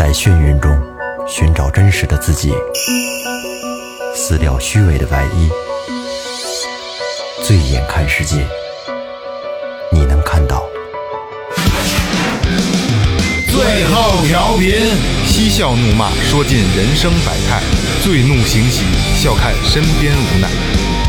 在眩晕中寻找真实的自己，撕掉虚伪的外衣，醉眼看世界，你能看到。 最后调频， 嬉笑怒骂，说尽人生百态；醉怒行喜，笑看身边无奈。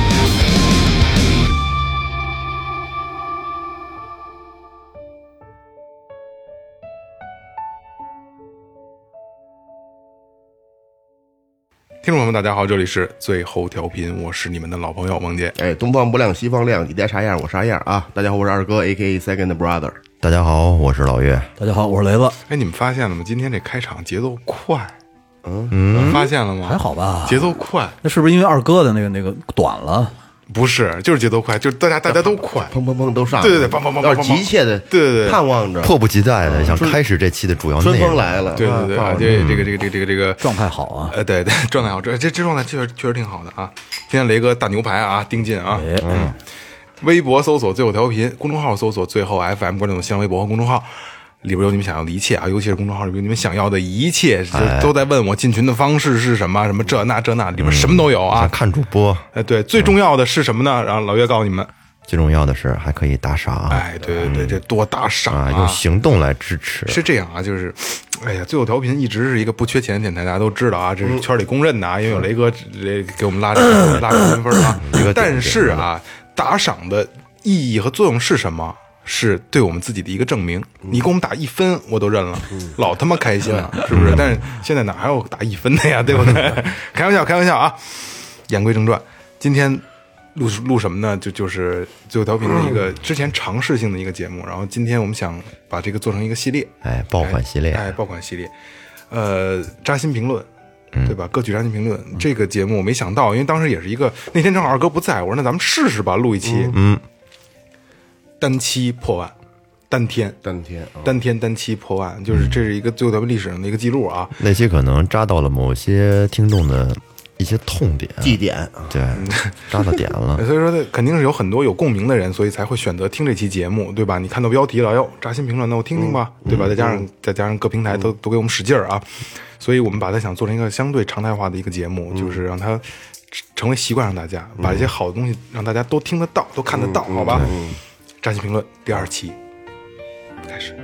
听众朋友们，大家好，这里是最后调频，我是你们的老朋友孟杰。 东方不亮西方亮，你爹啥样我啥样啊！大家好，我是二哥 ，A.K.A. Second Brother。 大家好，我是老岳。 大家好，我是雷子。 你们发现了吗？今天这开场节奏快，发现了吗？ 还好吧， 节奏快。 那是不是因为二哥的那个短了？ 不是，就是节奏快，就是大家都快， 砰砰砰都上， 对，砰砰砰， 要是急切的，对，盼望着， 迫不及待的想开始这期的主要内容。 春风来了， 对，这个状态好啊， 对，状态好，这状态确实挺好的啊。今天雷哥大牛排啊，定进啊，微博搜索最后调频，公众号搜索最后 FM， 关注新浪微博和公众号。里边有你们想要的一切啊，尤其是公众号里边你们想要的一切，都在问我进群的方式是什么，什么这那里边什么都有啊。 想看主播， 对，最重要的是什么呢？然后老岳告诉你们， 最重要的是还可以打赏。 对，这多打赏啊， 用行动来支持。 是这样啊，就是，最后调频一直是一个不缺钱的电台，大家都知道啊，这是圈里公认的啊，因为有雷哥给我们拉评分啊。但是啊，打赏的意义和作用是什么？是对我们自己的一个证明。你给我们打1分，我都认了，老他妈开心了，是不是？但是现在哪还有打1分的呀，对不对？开玩笑啊！言归正传，今天录什么呢？就是最后调频的一个之前尝试性的一个节目，然后今天我们想把这个做成一个系列， 爆款系列， 爆款系列，扎心评论。对吧？歌曲扎心评论这个节目我没想到，因为当时也是一个那天正好二哥不在，我说那咱们试试吧，录一期。单期破万，单天单期破万，就是这是一个最后调频历史上的一个记录啊。 那期可能扎到了某些听众的一些痛点、 祭点， 对，扎到点了。 所以说，肯定是有很多有共鸣的人，所以才会选择听这期节目，对吧？你看到标题了，扎心评论，那我听听吧，对吧？再加上各平台都给我们使劲儿啊，所以我们把它想做成一个相对常态化的一个节目，就是让它成为习惯，让大家把一些好的东西让大家都听得到，都看得到，好吧？扎心评论第2期开始。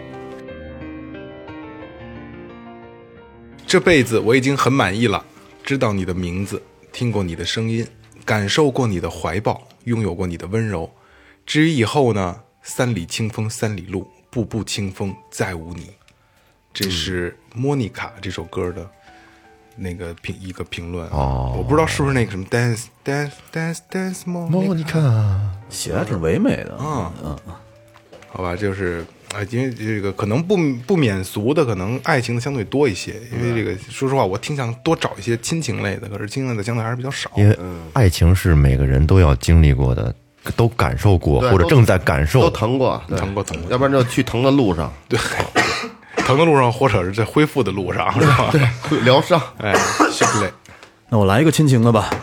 这辈子我已经很满意了，知道你的名字，听过你的声音，感受过你的怀抱，拥有过你的温柔。至于以后呢，3里清风3里路，步步清风再无你。这是莫妮卡这首歌的那个一个评论我不知道是不是那个什么 dance 莫妮卡写的挺唯美的好吧，就是因为这个可能不免俗的，可能爱情的相对多一些，因为这个说实话，我挺想多找一些亲情类的，可是亲情类的相对还是比较少。 因为爱情是每个人都要经历过的，都感受过或者正在感受， 都疼过，要不然就去疼的路上， 对。疼的路上，或者是在恢复的路上，是吧？ 对，疗伤。 是不累。 那我来一个亲情的吧。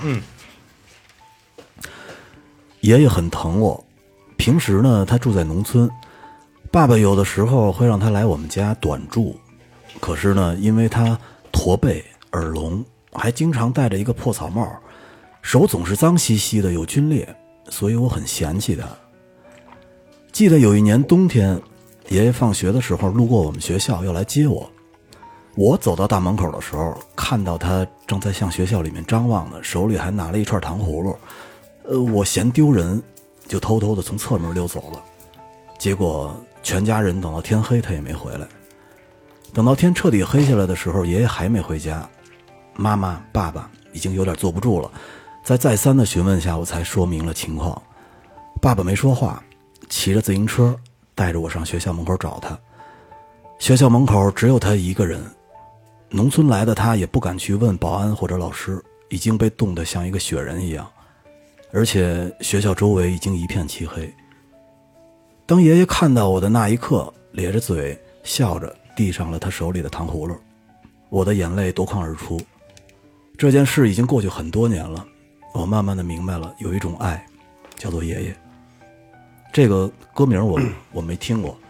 爷爷很疼我，平时呢，他住在农村，爸爸有的时候会让他来我们家短住，可是呢，因为他驼背、耳聋，还经常戴着一个破草帽，手总是脏兮兮的，有皲裂，所以我很嫌弃他。记得有一年冬天，爷爷放学的时候路过我们学校要来接我，我走到大门口的时候，看到他正在向学校里面张望呢，手里还拿了一串糖葫芦。我嫌丢人，就偷偷的从侧门溜走了。结果全家人等到天黑他也没回来。等到天彻底黑下来的时候，爷爷还没回家，妈妈爸爸已经有点坐不住了，在再三的询问下，我才说明了情况。爸爸没说话，骑着自行车带着我上学校门口找他。学校门口只有他一个人，农村来的他也不敢去问保安或者老师，已经被冻得像一个雪人一样，而且学校周围已经一片漆黑。当爷爷看到我的那一刻，咧着嘴笑着递上了他手里的糖葫芦，我的眼泪夺眶而出。这件事已经过去很多年了，我慢慢的明白了，有一种爱叫做爷爷。这个歌名我没听过，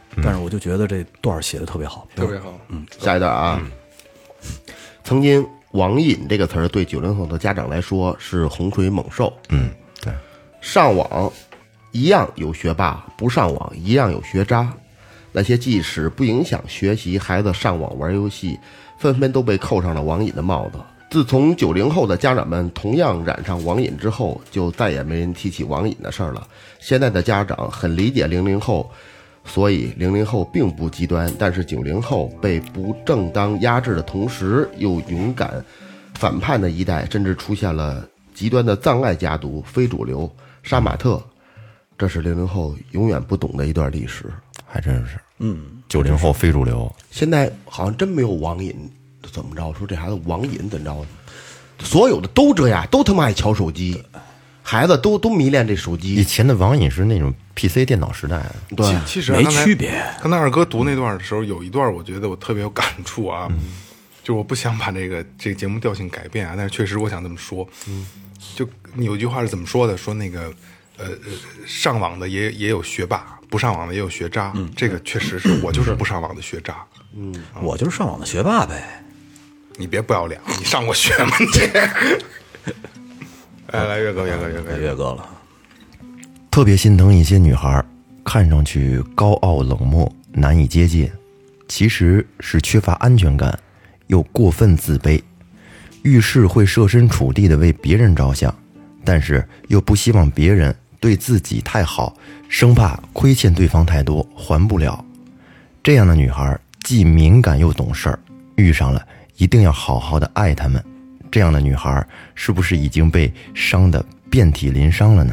但是我就觉得这段写的特别好， 特别好。 下一段啊，曾经网瘾这个词儿对90后的家长来说是洪水猛兽。 对， 上网一样有学霸，不上网一样有学渣。那些即使不影响学习，孩子上网玩游戏，纷纷都被扣上了网瘾的帽子。自从90后的家长们同样染上网瘾之后，就再也没人提起网瘾的事儿了。现在的家长很理解00后，所以00后并不极端，但是90后被不正当压制的同时，又勇敢反叛的一代，甚至出现了极端的葬爱家族、非主流、杀马特，这是00后永远不懂的一段历史。 还真是。90后非主流， 现在好像真没有网瘾，怎么着？说这孩子网瘾怎么着？所有的都这样，都他妈爱瞧手机，孩子都迷恋这手以机。 前的网瘾是那种 PC 电脑时代， 对， 没其实刚才区别。 刚才二哥读那段的时候，有一段我觉得我特别有感触啊，就我不想把这个节目调性改变啊，但是确实我想这么说。就你有句话是怎么说的？说那个上网的也有学霸，不上网的也有学渣。这个确实是我就是不上网的学渣。 我就是上网的学霸呗。 你别不要脸，你上过学吗？你哎，来岳哥了。 特别心疼一些女孩，看上去高傲冷漠，难以接近，其实是缺乏安全感，又过分自卑，遇事会设身处地的为别人着想，但是又不希望别人对自己太好，生怕亏欠对方太多还不了。这样的女孩既敏感又懂事儿，遇上了一定要好好的爱她们。这样的女孩是不是已经被伤得遍体鳞伤了呢？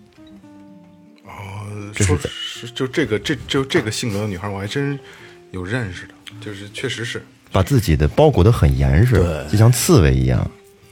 就这个性格的女孩，我还真有认识的，就是确实是把自己的包裹得很严实，就像刺猬一样，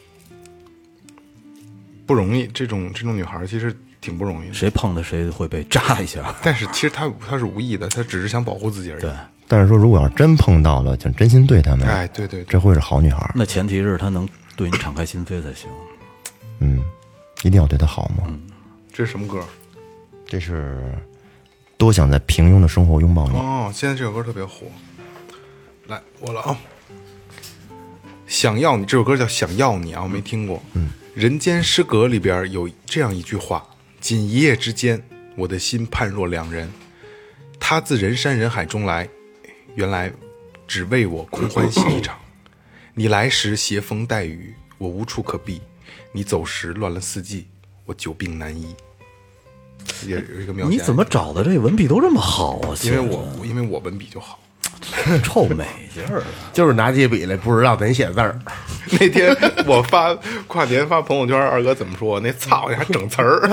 不容易。这种女孩其实挺不容易的。 谁碰的谁会被扎一下。 但是其实她是无意的，她只是想保护自己而已。 对， 但是说如果要真碰到了，就真心对他们， 哎，对， 这会是好女孩。 那前提是她能对你敞开心扉才行。 一定要对她好吗？ 这是什么歌？ 这是多想在平庸的生活拥抱你。 哦，现在这首歌特别火。来，我了啊！想要你这首歌叫《想要你》啊，我没听过。人间失格里边有这样一句话：仅一夜之间，我的心判若两人。他自人山人海中来，原来只为我空欢喜一场。你来时携风带雨，我无处可避；你走时乱了四季，我久病难医。也有一个描写。 你怎么找的这文笔都这么好啊？ 因为我文笔就好。 臭美劲儿啊！ 就是拿起笔来不知道怎写字儿。 那天我跨年发朋友圈，二哥怎么说？那操你还整词儿，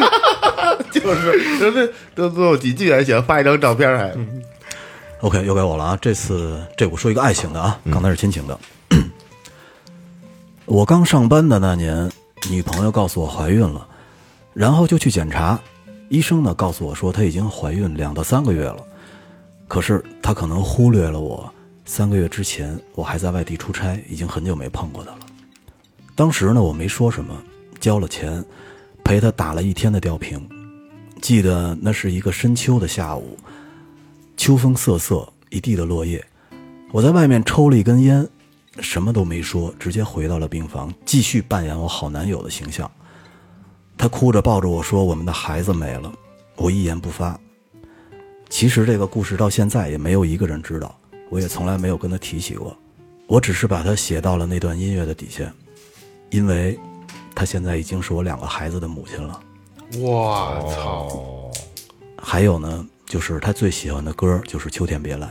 就是都有几句还行，发一张照片还。 OK， 又该我了啊！这我说一个爱情的啊，刚才是亲情的。我刚上班的那年，女朋友告诉我怀孕了，然后就去检查，医生呢告诉我说她已经怀孕2到3个月了。可是他可能忽略了我，3个月之前我还在外地出差，已经很久没碰过他了。当时呢，我没说什么，交了钱，陪他打了1天的吊瓶。记得那是一个深秋的下午，秋风瑟瑟，一地的落叶。我在外面抽了一根烟，什么都没说，直接回到了病房，继续扮演我好男友的形象。他哭着抱着我说：“我们的孩子没了。”我一言不发。其实这个故事到现在也没有一个人知道，我也从来没有跟他提起过，我只是把它写到了那段音乐的底下，因为他现在已经是我2个孩子的母亲了。 哇操！ 还有呢，就是他最喜欢的歌就是《秋天别来》。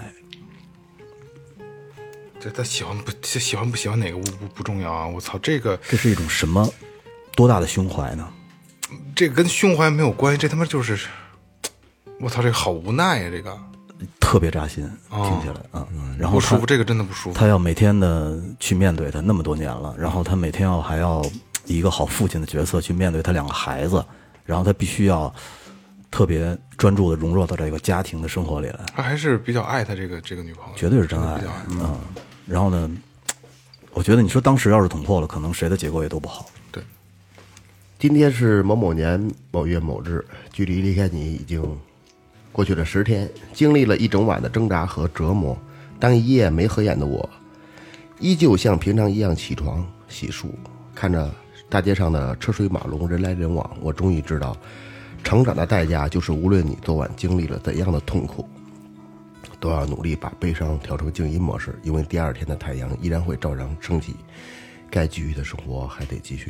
这他喜欢不喜欢哪个不重要啊！我操，这是一种什么多大的胸怀呢？ 这跟胸怀没有关系，这他妈就是。我操，这个好无奈呀！这个特别扎心，听起来然后不舒服，这个真的不舒服。 他要每天的去面对他那么多年了，然后他每天还要以一个好父亲的角色去面对他2个孩子，然后他必须要特别专注的融入到这个家庭的生活里来。 他还是比较爱他这个女朋友， 绝对是真爱。然后呢，我觉得你说当时要是捅破了，可能谁的结果也都不好。 对， 今天是某某年某月某日，距离离开你已经过去了10天，经历了一整晚的挣扎和折磨。当一夜没合眼的我，依旧像平常一样起床洗漱，看着大街上的车水马龙、人来人往，我终于知道，成长的代价就是无论你昨晚经历了怎样的痛苦，都要努力把悲伤调成静音模式，因为第二天的太阳依然会照常升起，该继续的生活还得继续，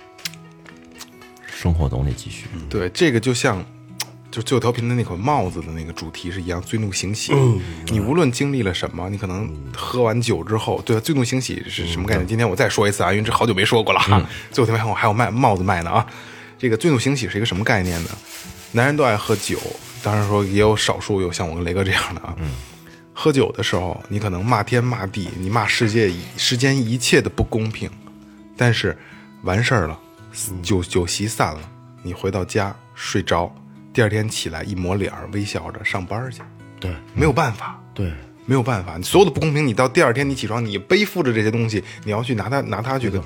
生活总得继续。 对，这个就像就最后调频的那款帽子的那个主题是一样，醉怒行喜。你无论经历了什么，你可能喝完酒之后，对，醉怒行喜是什么概念？今天我再说一次啊，因为这好久没说过了哈。最后调频还有卖帽子卖呢啊。这个醉怒行喜是一个什么概念呢？男人都爱喝酒，当然说也有少数有像我跟雷哥这样的啊。喝酒的时候，你可能骂天骂地，你骂世间一切的不公平，但是完事儿了，酒席散了，你回到家睡着，第二天起来一抹脸微笑着上班去。 对， 没有办法， 对， 没有办法，所有的不公平，你到第二天你起床，你背负着这些东西，你要去拿它去。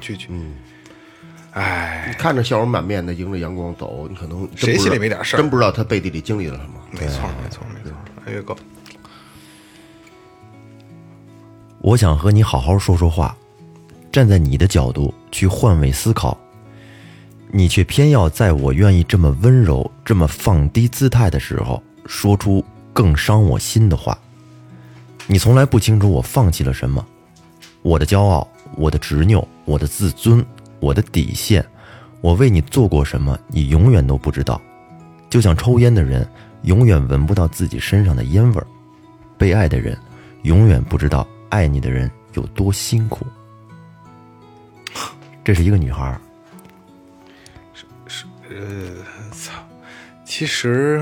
哎， 看着笑容满面的迎着阳光走，你可能谁心里没点事儿？ 真不知道他背地里经历了什么。 没错。哎，岳哥， 我想和你好好说说话，站在你的角度去换位思考，你却偏要在我愿意这么温柔、这么放低姿态的时候，说出更伤我心的话。你从来不清楚我放弃了什么，我的骄傲，我的执拗，我的自尊，我的底线，我为你做过什么，你永远都不知道。就像抽烟的人永远闻不到自己身上的烟味儿，被爱的人永远不知道爱你的人有多辛苦。这是一个女孩， 其实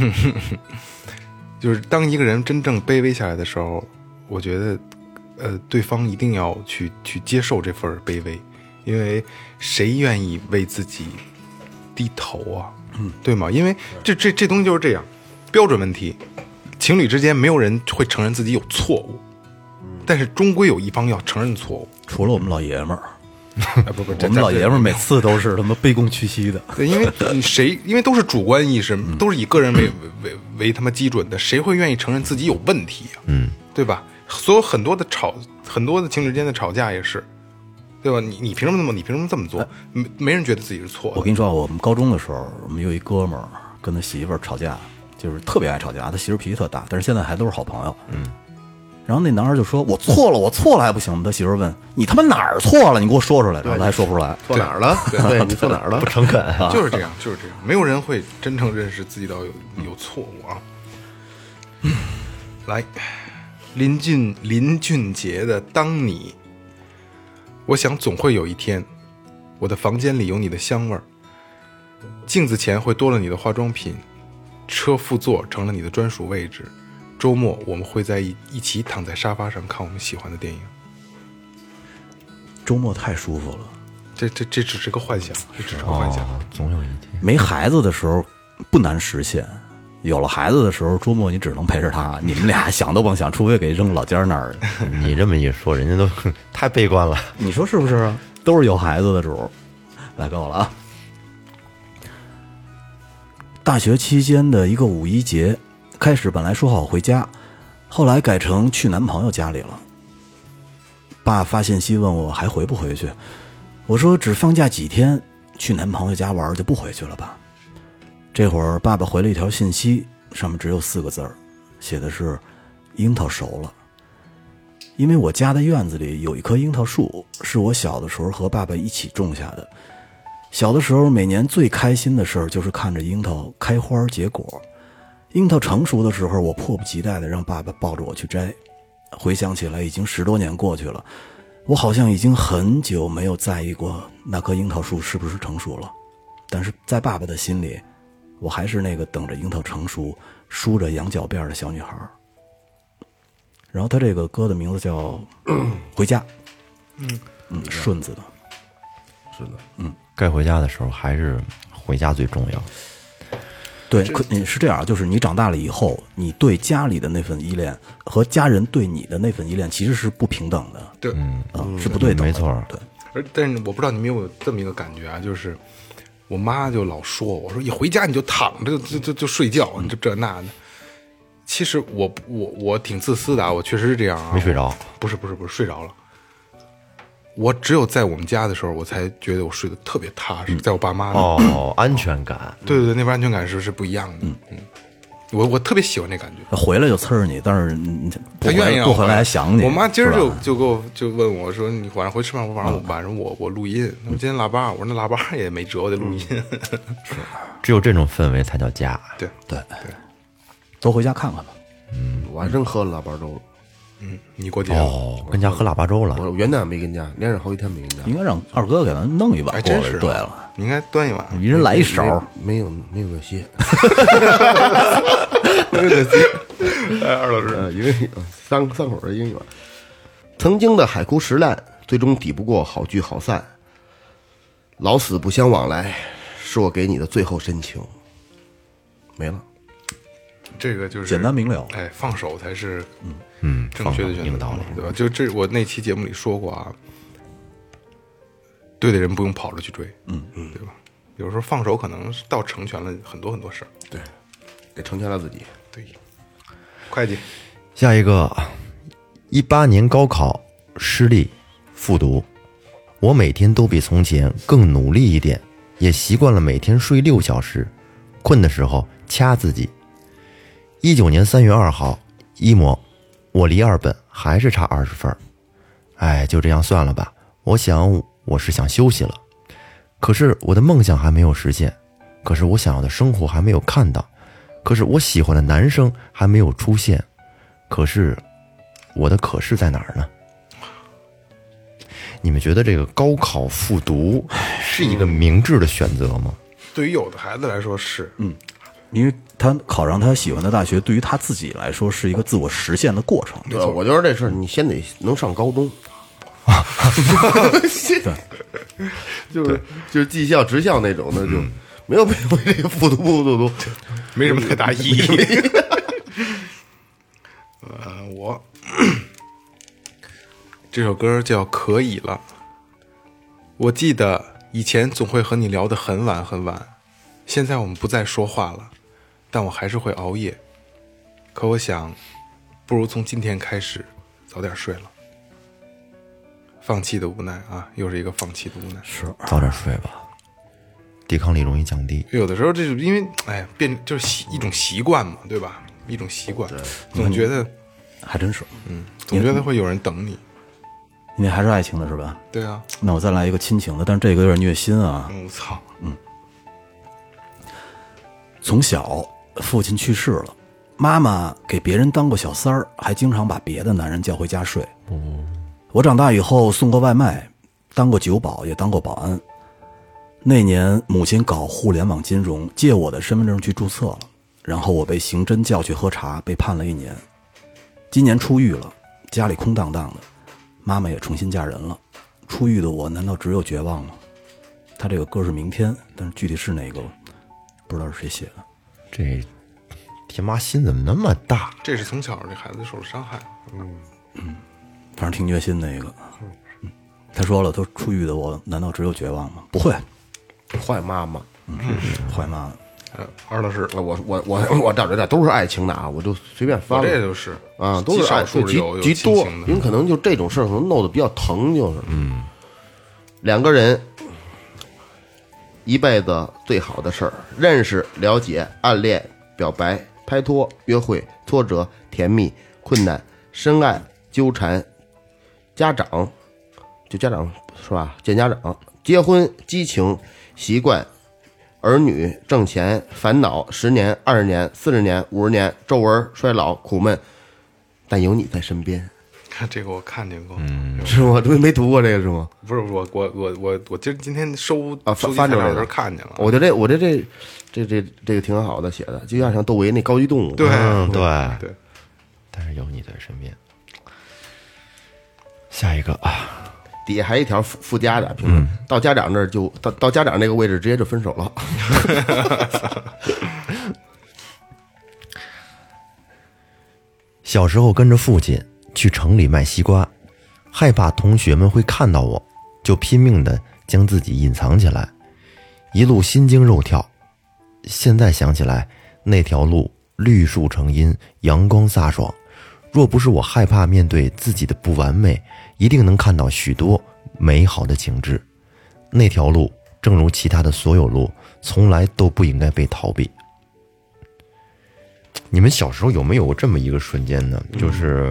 就是当一个人真正卑微下来的时候，我觉得对方一定要去接受这份卑微，因为谁愿意为自己低头啊？对吗？因为这东西就是这样，标准问题，情侣之间没有人会承认自己有错误，但是终归有一方要承认错误， 除了我们老爷们儿。 不， 我们老爷们儿每次都是他妈卑躬屈膝的。 对，因为都是主观意识，都是以个人为他妈基准的，谁会愿意承认自己有问题啊？对吧？所有很多的情侣之间的吵架也是，对吧？你凭什么这么做？没人觉得自己是错的。 我跟你说，我们高中的时候，我们有一哥们儿跟他媳妇儿吵架，就是特别爱吵架，他媳妇儿脾气特大，但是现在还都是好朋友。然后那男孩就说：“我错了还不行吗？”他媳妇儿问：“你他妈哪儿错了？你给我说出来。”然后他还说不出来， 错哪儿了？对，你错哪儿了？ 不诚恳啊！ 就是这样，没有人会真正认识自己到有错误啊。来，林俊杰的《当你》，我想总会有一天，我的房间里有你的香味儿，镜子前会多了你的化妆品，车副座成了你的专属位置。周末我们会在一起躺在沙发上看我们喜欢的电影。 周末太舒服了。 这只是个幻想， 总有一天。 没孩子的时候不难实现，有了孩子的时候，周末你只能陪着他，你们俩想都甭想，除非给扔老家那儿。 你这么一说，人家都太悲观了。 你说是不是啊？都是有孩子的主。来，够了啊！大学期间的一个五一节。开始本来说好回家，后来改成去男朋友家里了。爸发信息问我还回不回去，我说只放假几天，去男朋友家玩就不回去了吧。这会儿爸爸回了一条信息，上面只有4个字，写的是樱桃熟了。因为我家的院子里有一棵樱桃树，是我小的时候和爸爸一起种下的。小的时候每年最开心的事儿就是看着樱桃开花结果，樱桃成熟的时候，我迫不及待地让爸爸抱着我去摘。回想起来，已经10多年过去了，我好像已经很久没有在意过那棵樱桃树是不是成熟了。但是在爸爸的心里，我还是那个等着樱桃成熟、梳着羊角辫的小女孩。然后他这个歌的名字叫《回家》，顺子的， 是的， 该回家的时候还是回家最重要。 对，是这样，就是你长大了以后，你对家里的那份依恋和家人对你的那份依恋其实是不平等的， 对， 是不对等的， 没错， 对。 但是我不知道你们有没有这么一个感觉啊，就是我妈就老说我说一回家你就躺着就睡觉，你这那的。 其实我挺自私的啊，我确实是这样啊。 没睡着？ 不是，睡着了。我只有在我们家的时候，我才觉得我睡得特别踏实。在我爸妈那， 哦，安全感。 对，那边安全感是不一样的。我特别喜欢这感觉。 回来就呲儿你，但是你他愿意不回来还想你。 我妈今儿是吧就问我说：“你晚上回吃饭？”我晚上我录音。我今天腊八，我说那腊八也没辙，我得录音。 只有这种氛围才叫家。 对， 都回家看看吧。 我还真喝了腊八粥了。 你过节了？ 哦，跟家喝腊八粥了。 我元旦没跟家，连着好几天没跟家。 应该让二哥给咱弄一碗过来。 还真是。 对了， 你应该端一碗， 一人来一勺。 没有那些。 二老师， 因为三口的姻缘，曾经的海枯石烂，最终抵不过好聚好散。老死不相往来，是我给你的最后深情。没了。 这个就是简单明了。 哎，放手才是正放手确的选择， 有道理。 对吧？就这我那期节目里说过啊，对的人不用跑着去追，对吧？有时候放手可能倒成全了很多很多事儿。 对，得成全了自己。 对，会计， 下一个，18年高考失利复读，我每天都比从前更努力一点，也习惯了每天睡6小时，困的时候掐自己。19年3月2号，一模，我离2本还是差20分。哎，就这样算了吧。我想我是想休息了，可是我的梦想还没有实现，可是我想要的生活还没有看到，可是我喜欢的男生还没有出现，可是我的可是在哪儿呢？你们觉得这个高考复读是一个明智的选择吗？ 对于有的孩子来说是， 因为他考上他喜欢的大学，对于他自己来说是一个自我实现的过程。 对，我觉得这事儿你先得能上高中。就是技校、职校那种的，就没有这个复读不复读， 没什么太大意义。我这首歌叫《可以了》。我记得以前总会和你聊得很晚很晚，现在我们不再说话了，但我还是会熬夜。可我想，不如从今天开始早点睡了。放弃的无奈啊，又是一个放弃的无奈。 是， 早点睡吧，抵抗力容易降低。 有的时候这是因为就是一种习惯嘛，对吧？一种习惯，总觉得还真是。 总觉得会有人等你。 你还是爱情的是吧？ 对啊。 那我再来一个亲情的，但是这个有点虐心啊。 我操。 从小父亲去世了，妈妈给别人当过小三儿，还经常把别的男人叫回家睡。我长大以后送过外卖，当过酒保，也当过保安。那年母亲搞互联网金融，借我的身份证去注册了，然后我被刑侦叫去喝茶，被判了1年。今年出狱了，家里空荡荡的，妈妈也重新嫁人了。出狱的我难道只有绝望吗？他这个歌是明天，但是具体是哪个不知道是谁写的。 这天妈心怎么那么大？ 这是从小这孩子受了伤害。 反正挺虐心的一个。他说了，都出狱的我难道只有绝望吗？不会， 坏妈妈。 坏妈妈。 二老师， 我找着点都是爱情的啊，我就随便翻了。 我这就是啊，都是极少数有极多， 亲情的。 因为可能就这种事儿可能弄得比较疼，就是两个人一辈子最好的事儿：认识、了解、暗恋、表白、拍拖、约会、挫折、甜蜜、困难、深爱、纠缠、家长是吧？见家长、结婚、激情、习惯、儿女、挣钱、烦恼、10年、20年、40年、50年、皱纹、衰老、苦闷，但有你在身边。 看这个我看见过， 是吗？没读过这个是吗？ 不是我今天收翻出来的时候看见了。 我觉得这个挺好的写的，就像窦唯那高级动物。 对对，但是有你在身边。下一个啊， 底下还一条附加的评论，到家长那儿就到家长那个位置直接就分手了。 小时候跟着父亲去城里卖西瓜，害怕同学们会看到我，就拼命的将自己隐藏起来，一路心惊肉跳。现在想起来，那条路绿树成荫，阳光飒爽。若不是我害怕面对自己的不完美，一定能看到许多美好的景致。那条路正如其他的所有路，从来都不应该被逃避。你们小时候有没有过这么一个瞬间呢？就是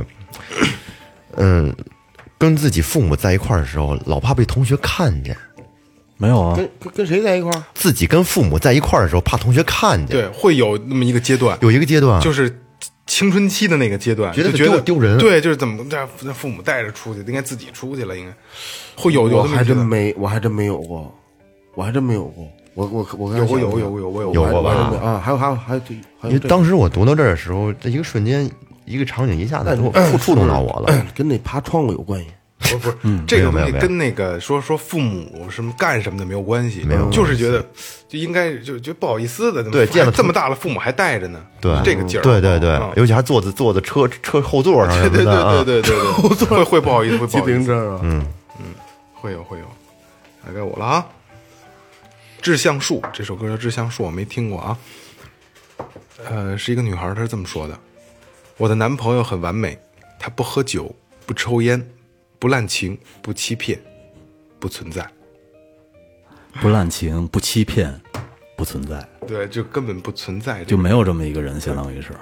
跟自己父母在一块儿的时候，老怕被同学看见。 没有啊， 跟谁在一块儿？ 自己跟父母在一块儿的时候，怕同学看见。 对，会有那么一个阶段， 有一个阶段就是青春期的那个阶段， 觉得就觉得丢人。 对，就是怎么让父母带着出去，应该自己出去了，应该会有我还这么一个阶段。 真没，我还真没有过，我还真没有过。我有过吧啊，还有， 因为当时我读到这儿的时候，这一个瞬间，一个场景一下子触动到我了。 跟那爬窗户有关系。 不是，这个东西没有跟那个说父母什么干什么的没有关系， 没有就是觉得就应该就觉得不好意思的， 对见了这么大了，父母还带着呢， 对， 这个劲儿， 对， 啊尤其还坐在车后座上什么的， 对，会不好意思，会不好意思， 自行车啊， 会有，大概我了啊。致橡树这首歌叫《致橡树》，我没听过啊。是一个女孩，她是这么说的：我的男朋友很完美，他不喝酒，不抽烟，不滥情，不欺骗，不存在。 不滥情，不欺骗，不存在， 对，就根本不存在， 就没有这么一个人，相当于是。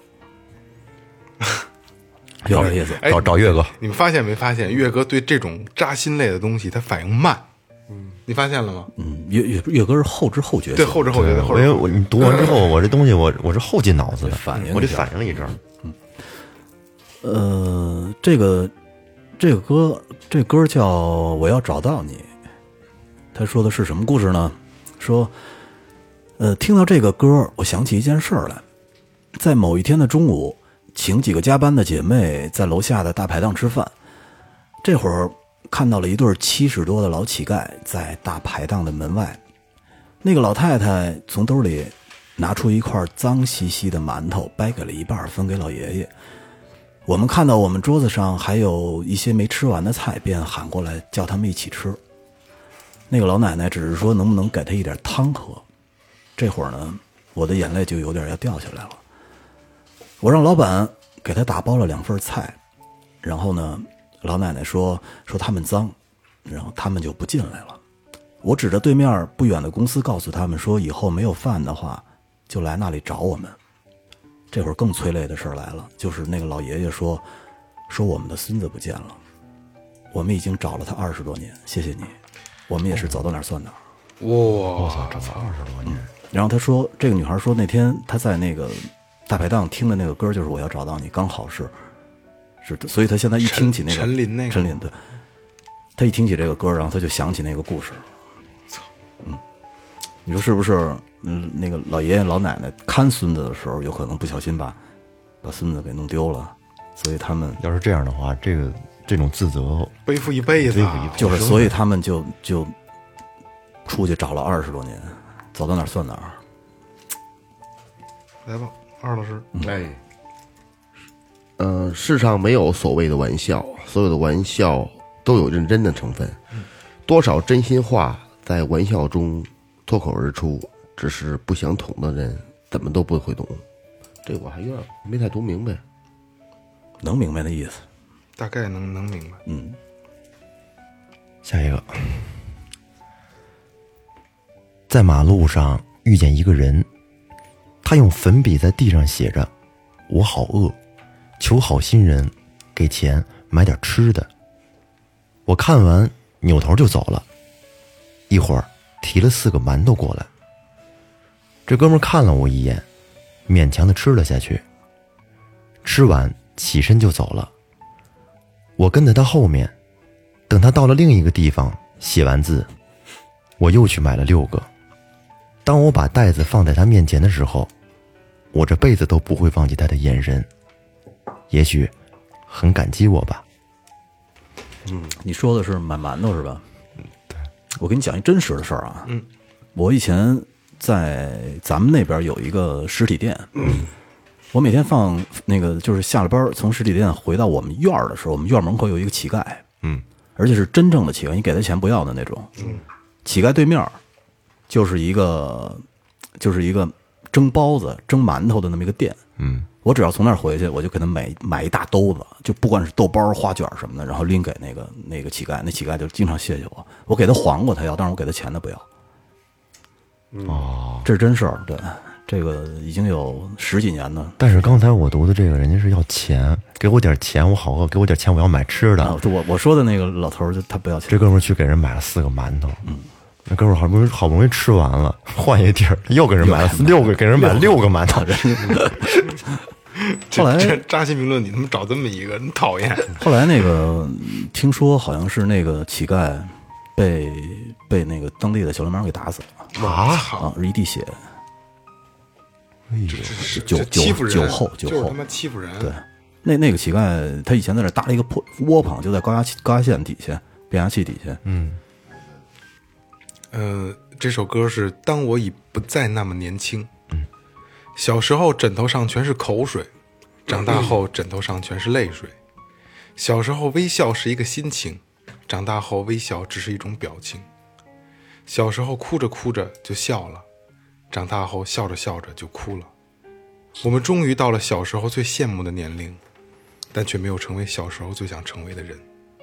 有点意思。 哎找岳哥， 你们发现没发现，岳哥对这种扎心类的东西他反应慢？你发现了吗？ 岳哥是后知后觉， 对，后知后觉的后知后觉。 你读完之后，我这东西我是后进脑子的， 反应我得反应了一阵儿。 这歌叫《我要找到你》，他说的是什么故事呢？说，听到这个歌，我想起一件事儿来，在某一天的中午，请几个加班的姐妹在楼下的大排档吃饭，这会儿看到了一对70多的老乞丐在大排档的门外，那个老太太从兜里拿出一块脏兮兮的馒头，掰给了一半分给老爷爷。我们看到我们桌子上还有一些没吃完的菜，便喊过来叫他们一起吃。那个老奶奶只是说能不能给他一点汤喝。这会儿呢，我的眼泪就有点要掉下来了。我让老板给他打包了2份菜，然后呢，老奶奶说他们脏，然后他们就不进来了。我指着对面不远的公司告诉他们说，以后没有饭的话就来那里找我们。这会儿更催泪的事儿来了，就是那个老爷爷说我们的孙子不见了，我们已经找了他20多年，谢谢你，我们也是走到哪儿算哪儿。 哇， 我操，这才20多年。 然后他说，这个女孩说那天她在那个大排档听的那个歌就是《我要找到你》，刚好是的，所以她现在一听起那个陈琳那个陈琳对，她一听起这个歌，然后她就想起那个故事。你说是不是？那个老爷爷老奶奶看孙子的时候，有可能不小心把孙子给弄丢了，所以他们要是这样的话，这种自责背负一辈子啊， 就是，所以他们就出去找了20多年，走到哪儿算哪儿。 来吧，二老师， 世上没有所谓的玩笑，所有的玩笑都有认真的成分。多少真心话在玩笑中脱口而出，只是不想懂的人怎么都不会懂。这我还有点没太读明白。 能明白的意思， 大概能明白。 下一个，在马路上遇见一个人，他用粉笔在地上写着：“我好饿，求好心人给钱买点吃的。”我看完扭头就走了，一会儿提了4个馒头过来。这哥们看了我一眼，勉强的吃了下去，吃完起身就走了。我跟在他后面，等他到了另一个地方写完字，我又去买了6个。当我把袋子放在他面前的时候，我这辈子都不会忘记他的眼神，也许很感激我吧。 你说的是买馒头是吧？对，我给你讲一真实的事儿啊。我以前在咱们那边有一个实体店，我每天放那个就是下了班从实体店回到我们院儿的时候，我们院门口有一个乞丐，而且是真正的乞丐，你给他钱不要的那种。乞丐对面就是一个蒸包子、蒸馒头的那么一个店。我只要从那儿回去，我就给他买一大兜子，就不管是豆包、花卷什么的，然后拎给那个乞丐，那乞丐就经常谢谢我。我给他黄瓜他要，但是我给他钱他不要。哦，这是真事儿，对，这个已经有10几年了。 但是刚才我读的这个人家是要钱，给我点钱我好饿，给我点钱我要买吃的。 我说的那个老头就他不要钱。 这哥们儿去给人买了4个馒头，那哥们儿好不容易吃完了，换一个地儿又给人买了6个，给人买6个馒头。 后来这扎心评论，你他妈找这么一个，真讨厌。 后来那个听说好像是那个乞丐被那个当地的小流氓给打死了啊，是一地血。 哎呦， 欺负人， 酒后就是他妈欺负人。 对，那个乞丐他以前在这搭了一个破窝棚，就在高压线底下，变压器底下。 这首歌是《当我已不再那么年轻》。小时候枕头上全是口水，长大后枕头上全是泪水。小时候微笑是一个心情，长大后微笑只是一种表情。小时候哭着哭着就笑了，长大后笑着笑着就哭了。我们终于到了小时候最羡慕的年龄，但却没有成为小时候最想成为的人。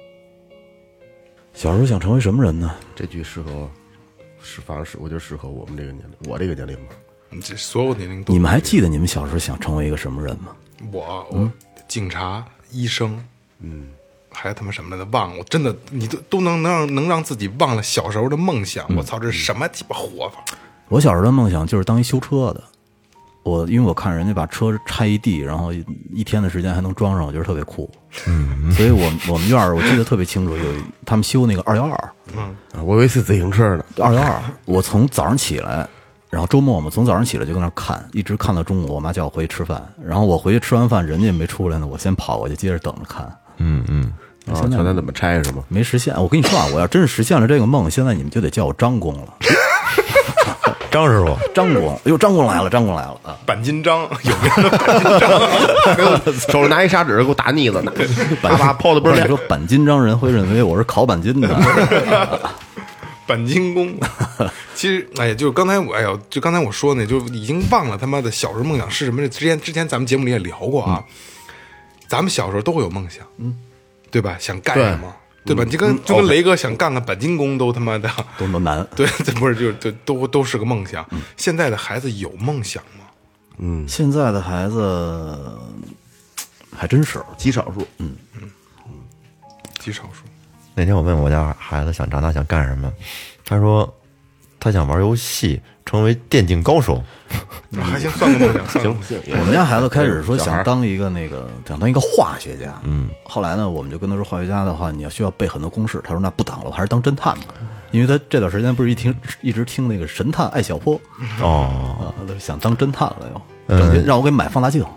小时候想成为什么人呢？ 这句适合，反正是我觉得适合我们这个年龄，我这个年龄吧。 这所有年龄都。 你们还记得你们小时候想成为一个什么人吗？ 我警察、医生，还有他妈什么的忘了，真的你都能让自己忘了小时候的梦想。我操，这是什么鸡巴活法？我小时候的梦想就是当一修车的。因为我看人家把车拆一地，然后1天的时间还能装上，我觉得特别酷。所以我们院儿我记得特别清楚，他们修那个212。 我以为是自行车呢。 212，我从早上起来。然后周末我们从早上起来就跟那看，一直看到中午，我妈叫我回去吃饭。然后我回去吃完饭，人家也没出来呢，我先跑过去接着等着看。 现在怎么拆是吗？ 没实现。我跟你说啊，我要真是实现了这个梦，现在你们就得叫我张工了。 张师傅， 张工，哎呦，张工来了啊！ 钣金张，有名的钣金张， 手里拿一砂纸给我打腻子呢，啪泡的倍儿亮。 你说钣金张人会认为我是烤钣金的。 钣金工，其实就刚才我说呢，就已经忘了他妈的小时候梦想是什么。之前咱们节目里也聊过啊，咱们小时候都会有梦想，对吧？想干什么，对吧？就跟雷哥想干个钣金工都他妈的都难， 对，这不是都是个梦想。现在的孩子有梦想吗？ 现在的孩子还真是极少数， 极少数。 那天我问我家孩子长大想干什么，他说他想玩游戏，成为电竞高手。 还行，算个梦想。行， 我们家孩子开始说想当一个化学家，后来呢，我们就跟他说，化学家的话，你需要背很多公式。他说那不当了，我还是当侦探吧，因为他这段时间不是一直听那个神探艾小坡想当侦探了又，整天让我给买放大镜。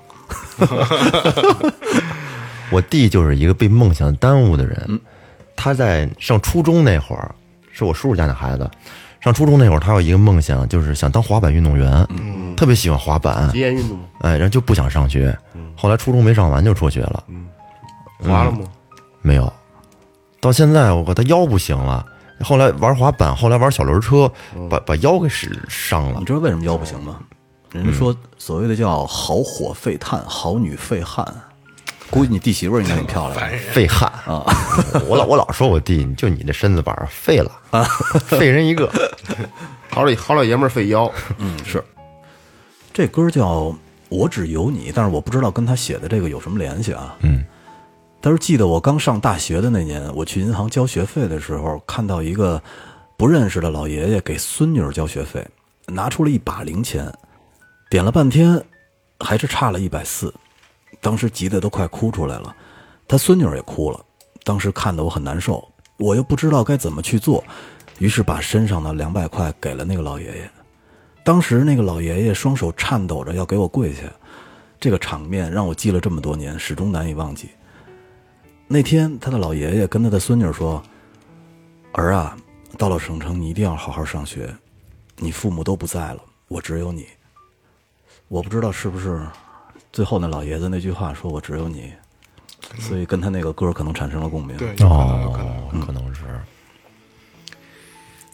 我弟就是一个被梦想耽误的人。他在上初中那会儿，是我叔叔家的孩子。上初中那会儿，他有一个梦想，就是想当滑板运动员，特别喜欢滑板， 极限运动。 然后就不想上学。后来初中没上完就辍学了。 滑了吗？ 没有。到现在他腰不行了。后来玩滑板，后来玩小轮车，把腰给伤了。 你知道为什么腰不行吗？人家说所谓的叫好火沸炭，好女沸汗。估计你弟媳妇应该挺漂亮， 废汉啊！我老说我弟，就你这身子板废了啊，废人一个， 好老爷们儿废腰。 是。这歌叫《我只有你》，但是我不知道跟他写的这个有什么联系啊。但是记得我刚上大学的那年，我去银行交学费的时候，看到一个不认识的老爷爷给孙女交学费，拿出了一把零钱，点了半天，还是差了140。当时急得都快哭出来了，他孙女也哭了。当时看得我很难受，我又不知道该怎么去做，于是把身上的200块给了那个老爷爷。当时那个老爷爷双手颤抖着要给我跪下，这个场面让我记了这么多年，始终难以忘记。那天他的老爷爷跟他的孙女说：“儿啊，到了省城你一定要好好上学，你父母都不在了，我只有你。”我不知道是不是最后那老爷子那句话说我只有你，所以跟他那个歌可能产生了共鸣。 对，有可能可能是。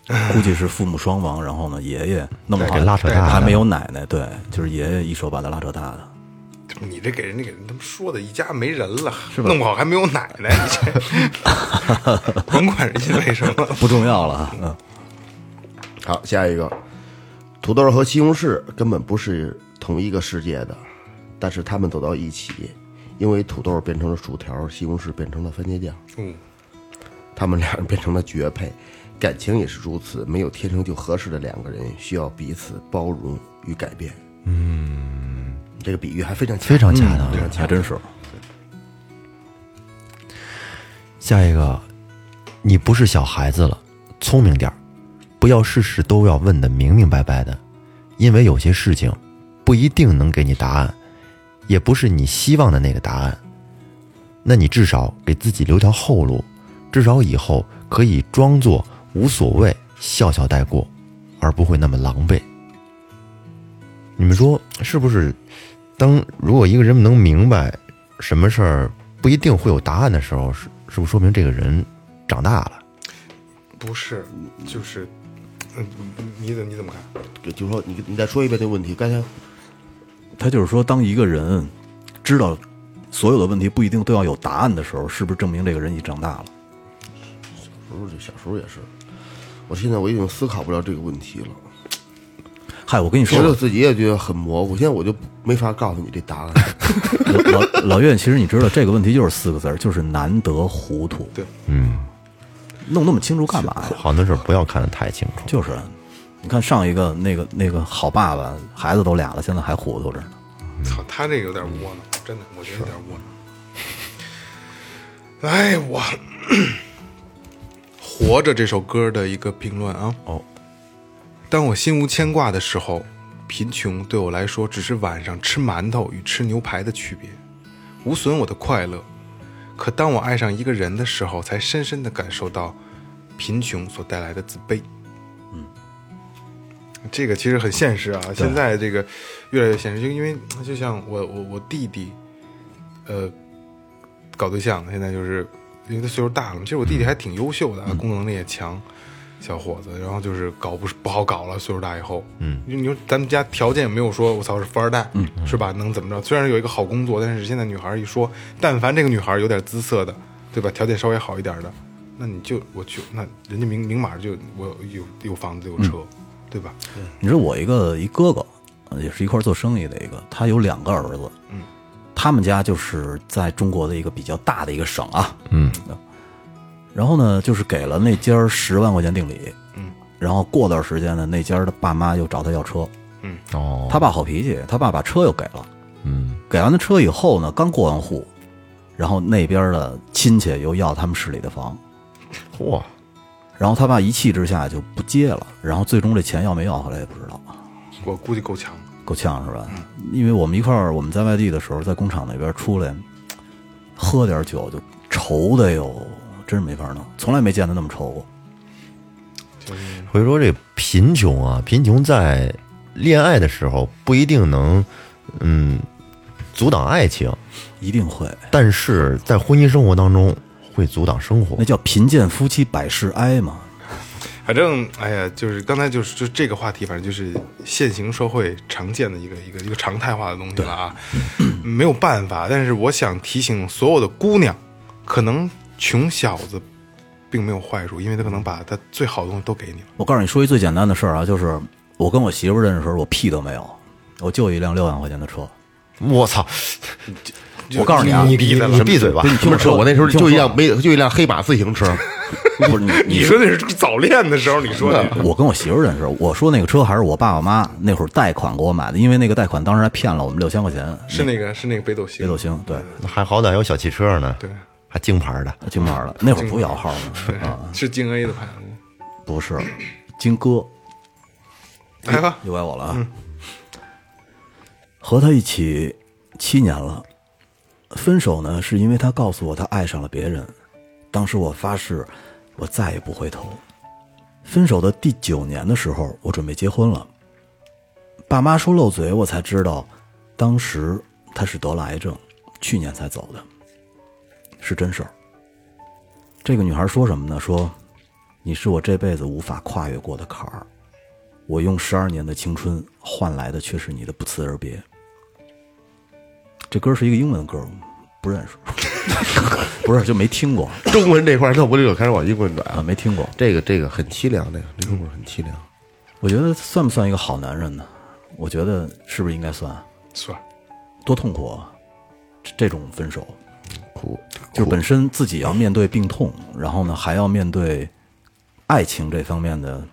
估计是父母双亡，然后呢，爷爷弄好给拉扯大的还没有奶奶，对，就是爷爷一手把他拉扯大的。 你这给人他们说的一家没人了，是吧？弄不好还没有奶奶，你这甭管是因为什么， 不重要了啊。 好，下一个，土豆和西红柿根本不是同一个世界的，但是他们走到一起，因为土豆变成了薯条，西红柿变成了番茄酱。他们俩人变成了绝配，感情也是如此。没有天生就合适的两个人，需要彼此包容与改变。这个比喻还非常非常恰当， 还真是。 下一个，你不是小孩子了，聪明点儿，不要事事都要问得明明白白的，因为有些事情不一定能给你答案，也不是你希望的那个答案。那你至少给自己留条后路，至少以后可以装作无所谓，笑笑带过，而不会那么狼狈。你们说是不是？如果一个人能明白什么事儿不一定会有答案的时候，是不是说明这个人长大了？ 不是，就是，你怎么看？ 就是说你再说一遍这个问题。刚才他就是说，当一个人知道所有的问题不一定都要有答案的时候，是不是证明这个人已经长大了？ 小时候也是，现在我已经思考不了这个问题了。 嗨，我跟你说， 其实自己也觉得很模糊，现在我就没法告诉你这答案。 老岳，其实你知道这个问题就是4个字，就是难得糊涂。 对， 弄那么清楚干嘛呀？ 好多事不要看得太清楚。 就是，你看上一个那个好爸爸，孩子都俩了，现在还糊涂着呢。 操，他这个有点窝囊，真的，我觉得有点窝囊。哎，我活着这首歌的一个评论啊。当我心无牵挂的时候，贫穷对我来说只是晚上吃馒头与吃牛排的区别，无损我的快乐。可当我爱上一个人的时候，才深深地感受到贫穷所带来的自卑。这个其实很现实啊，现在这个越来越现实，就因为就像我弟弟，搞对象，现在就是因为他岁数大了嘛，其实我弟弟还挺优秀的，工作能力也强。小伙子，然后就是不好搞了，岁数大以后，你说咱们家条件也没有说我操是富二代，是吧？能怎么着？虽然有一个好工作，但是现在女孩一说，但凡这个女孩有点姿色的，对吧？条件稍微好一点的，那那人家明码就我有房子有车，对吧？ 你说我一哥哥，也是一块做生意的一个，他有2个儿子，他们家就是在中国的一个比较大的一个省啊，然后呢，就是给了那家10万块钱定礼，然后过段时间呢，那家的爸妈又找他要车，他爸好脾气，他爸把车又给了，给完了车以后呢，刚过完户，然后那边的亲戚又要他们市里的房， 嚯， 然后他爸一气之下就不接了，然后最终这钱要没要回来也不知道， 我估计够呛是吧？因为我们在外地的时候，在工厂那边出来，喝点酒就愁的哟。真是没法弄，从来没见他那么愁过。 所以说这贫穷啊，贫穷在恋爱的时候不一定能阻挡爱情， 一定会， 但是在婚姻生活当中会阻挡生活。 那叫贫贱夫妻百事哀嘛。 反正哎呀，就是刚才就这个话题，反正就是现行社会常见的一个常态化的东西了啊，没有办法。但是我想提醒所有的姑娘，可能穷小子并没有坏处，因为他可能把他最好的东西都给你了。 我告诉你说一最简单的事儿啊，就是我跟我媳妇认识的时候，我屁都没有，我就一辆6万块钱的车。 我操！ 我告诉你啊， 你闭嘴吧！ 你听我说，我那时候就一辆黑马自行车。 不是你说那是早恋的时候，你说的。 我跟我媳妇认识，我说那个车还是我爸爸妈那会儿贷款给我买的，因为那个贷款当时还骗了我们6000块钱。 是那个北斗星。 北斗星，对， 还好歹有小汽车呢。 对。 还京牌的， 那会儿不摇号呢， 是京 A 的牌子， 不是京哥。 来吧， 又怪我了啊！和他一起7年了，分手呢是因为他告诉我他爱上了别人，当时我发誓我再也不回头。分手的第9年的时候，我准备结婚了，爸妈说漏嘴，我才知道，当时他是得了癌症，去年才走的。是真事儿。这个女孩说什么呢？说你是我这辈子无法跨越过的坎儿。我用12年的青春换来的却是你的不辞而别。这歌是一个英文歌，不认识，不是就没听过中文这块那我就开始往英文转啊，没听过。 这个很凄凉，这个故事很凄凉。 我觉得算不算一个好男人呢？我觉得是不是应该算？ 算， 多痛苦啊！这种分手， 苦就是本身自己要面对病痛，然后呢还要面对爱情这方面的，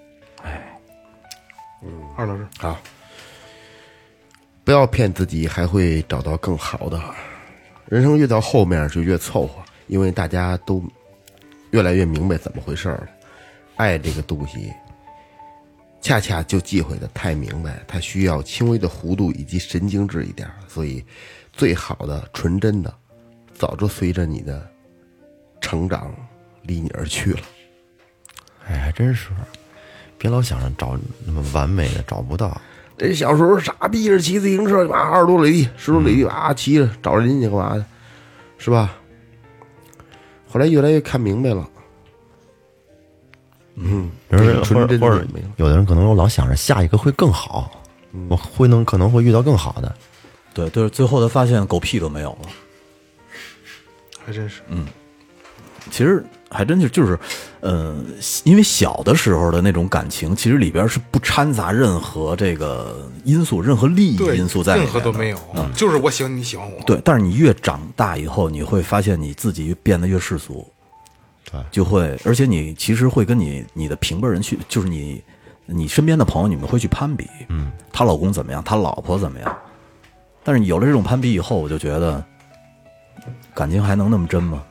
二老师啊，不要骗自己还会找到更好的。人生越到后面就越凑合，因为大家都越来越明白怎么回事了。爱这个东西恰恰就忌讳的太明白，它需要轻微的弧度以及神经质一点，所以最好的纯真的早就随着你的成长离你而去了。 哎，还真是，别老想着找那么完美的，找不到。 这小时候傻逼着骑自行车，20多里地、10多里地骑着找人家干嘛的，是吧？后来越来越看明白了，这个纯真或者就没了。 有的人可能老想着下一个会更好，我可能会遇到更好的。 对，就是最后他发现狗屁都没有了。 还真是， 其实还真就是，因为小的时候的那种感情，其实里边是不掺杂任何这个因素、任何利益对， 因素在里面的， 任何都没有，就是我喜欢你喜欢我。 对，但是你越长大以后，你会发现你自己变得越世俗， 对， 就会，而且你其实会跟你的平辈人去，就是你身边的朋友，你们会去攀比，她老公怎么样，她老婆怎么样。但是有了这种攀比以后，我就觉得感情还能那么真吗？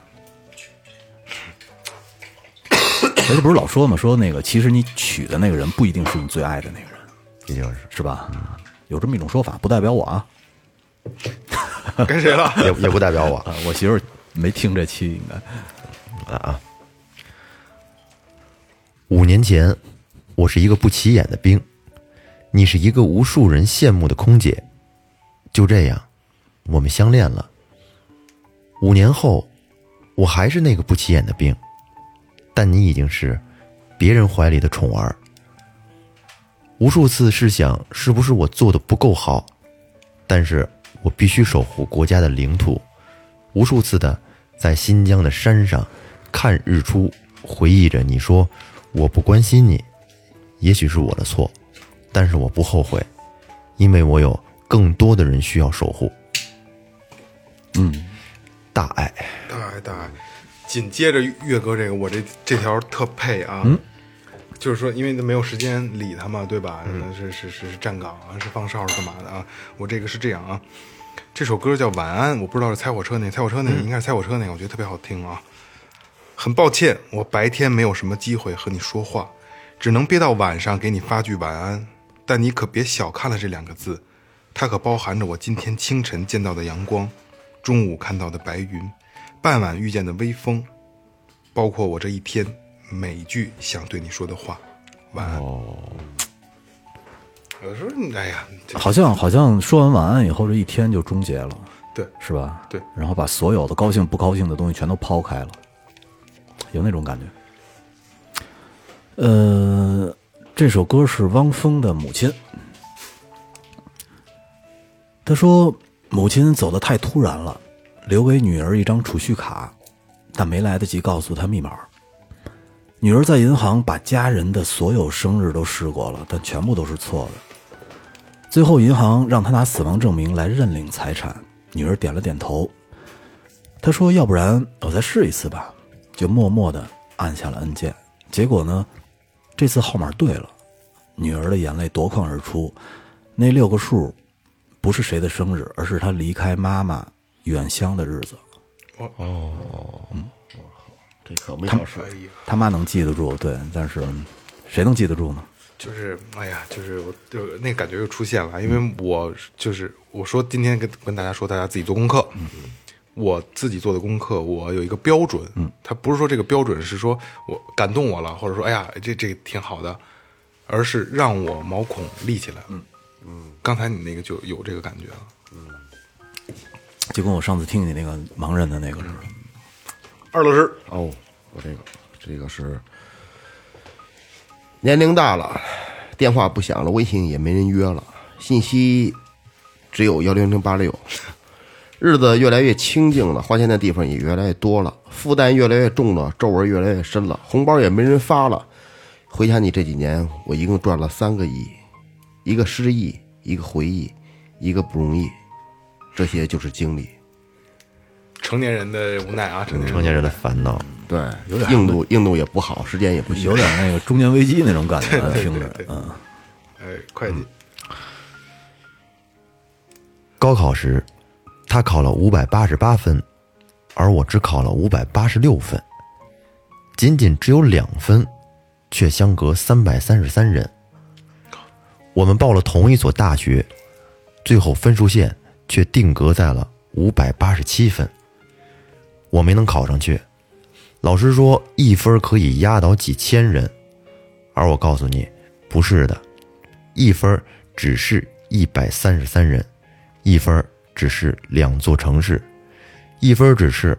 而且不是老说嘛，说那个其实你娶的那个人不一定是你最爱的那个人， 也就是是吧？有这么一种说法，不代表我啊， 跟谁了？ 也不代表我我媳妇儿没听这期应该。 啊。5年前，我是一个不起眼的兵，你是一个无数人羡慕的空姐。就这样，我们相恋了。5年后，我还是那个不起眼的兵，但你已经是别人怀里的宠儿。无数次试想是不是我做的不够好，但是我必须守护国家的领土。无数次的在新疆的山上看日出，回忆着你说我不关心你，也许是我的错，但是我不后悔，因为我有更多的人需要守护。大爱。 大爱。紧接着岳哥这个，我这条特配啊，就是说，因为没有时间理他嘛，对吧？是站岗啊，是放哨是干嘛的啊？我这个是这样啊，这首歌叫《晚安》，我不知道是猜火车那个，应该是猜火车那个，我觉得特别好听啊。很抱歉，我白天没有什么机会和你说话，只能憋到晚上给你发句晚安。但你可别小看了这2个字，它可包含着我今天清晨见到的阳光，中午看到的白云，傍晚遇见的微风，包括我这一天每一句想对你说的话。晚安。有的时候，哎呀， 好像说完晚安以后，这一天就终结了， 对， 是吧？ 对， 然后把所有的高兴不高兴的东西全都抛开了，有那种感觉。这首歌是汪峰的母亲，他说母亲走得太突然了，留给女儿一张储蓄卡，但没来得及告诉她密码。女儿在银行把家人的所有生日都试过了，但全部都是错的。最后银行让她拿死亡证明来认领财产，女儿点了点头。她说要不然我再试一次吧，就默默地按下了按键。结果呢，这次号码对了，女儿的眼泪夺眶而出。那6个数不是谁的生日，而是她离开妈妈远乡的日子。 这可没少说。 他妈能记得住，对，但是谁能记得住呢？ 就是哎呀，就是那个感觉又出现了，因为我说今天跟大家说，大家自己做功课。我自己做的功课，我有一个标准。他不是说这个标准是说我感动我了，或者说哎呀这挺好的，而是让我毛孔立起来。刚才你那个就有这个感觉了。 就跟我上次听你那个盲人的那个似的。 二老师， 我这个是年龄大了，电话不响了，微信也没人约了，信息只有10086。日子越来越清静了，花钱的地方也越来越多了，负担越来越重了，皱纹越来越深了，红包也没人发了。回想你这几年，我一共赚了3个亿，一个失忆，一个回忆，一个不容易，这些就是经历。 成年人的无奈啊， 成年人的烦恼。 对， 有点硬度也不好，时间也不行， 有点那个中年危机那种感觉，听着， 会计。 高考时，他考了588分，而我只考了586分，仅仅只有2分，却相隔333人。我们报了同一所大学，最后分数线却定格在了587分。我没能考上去，老师说1分可以压倒几千人，而我告诉你，不是的，1分只是133人，1分只是2座城市，1分只是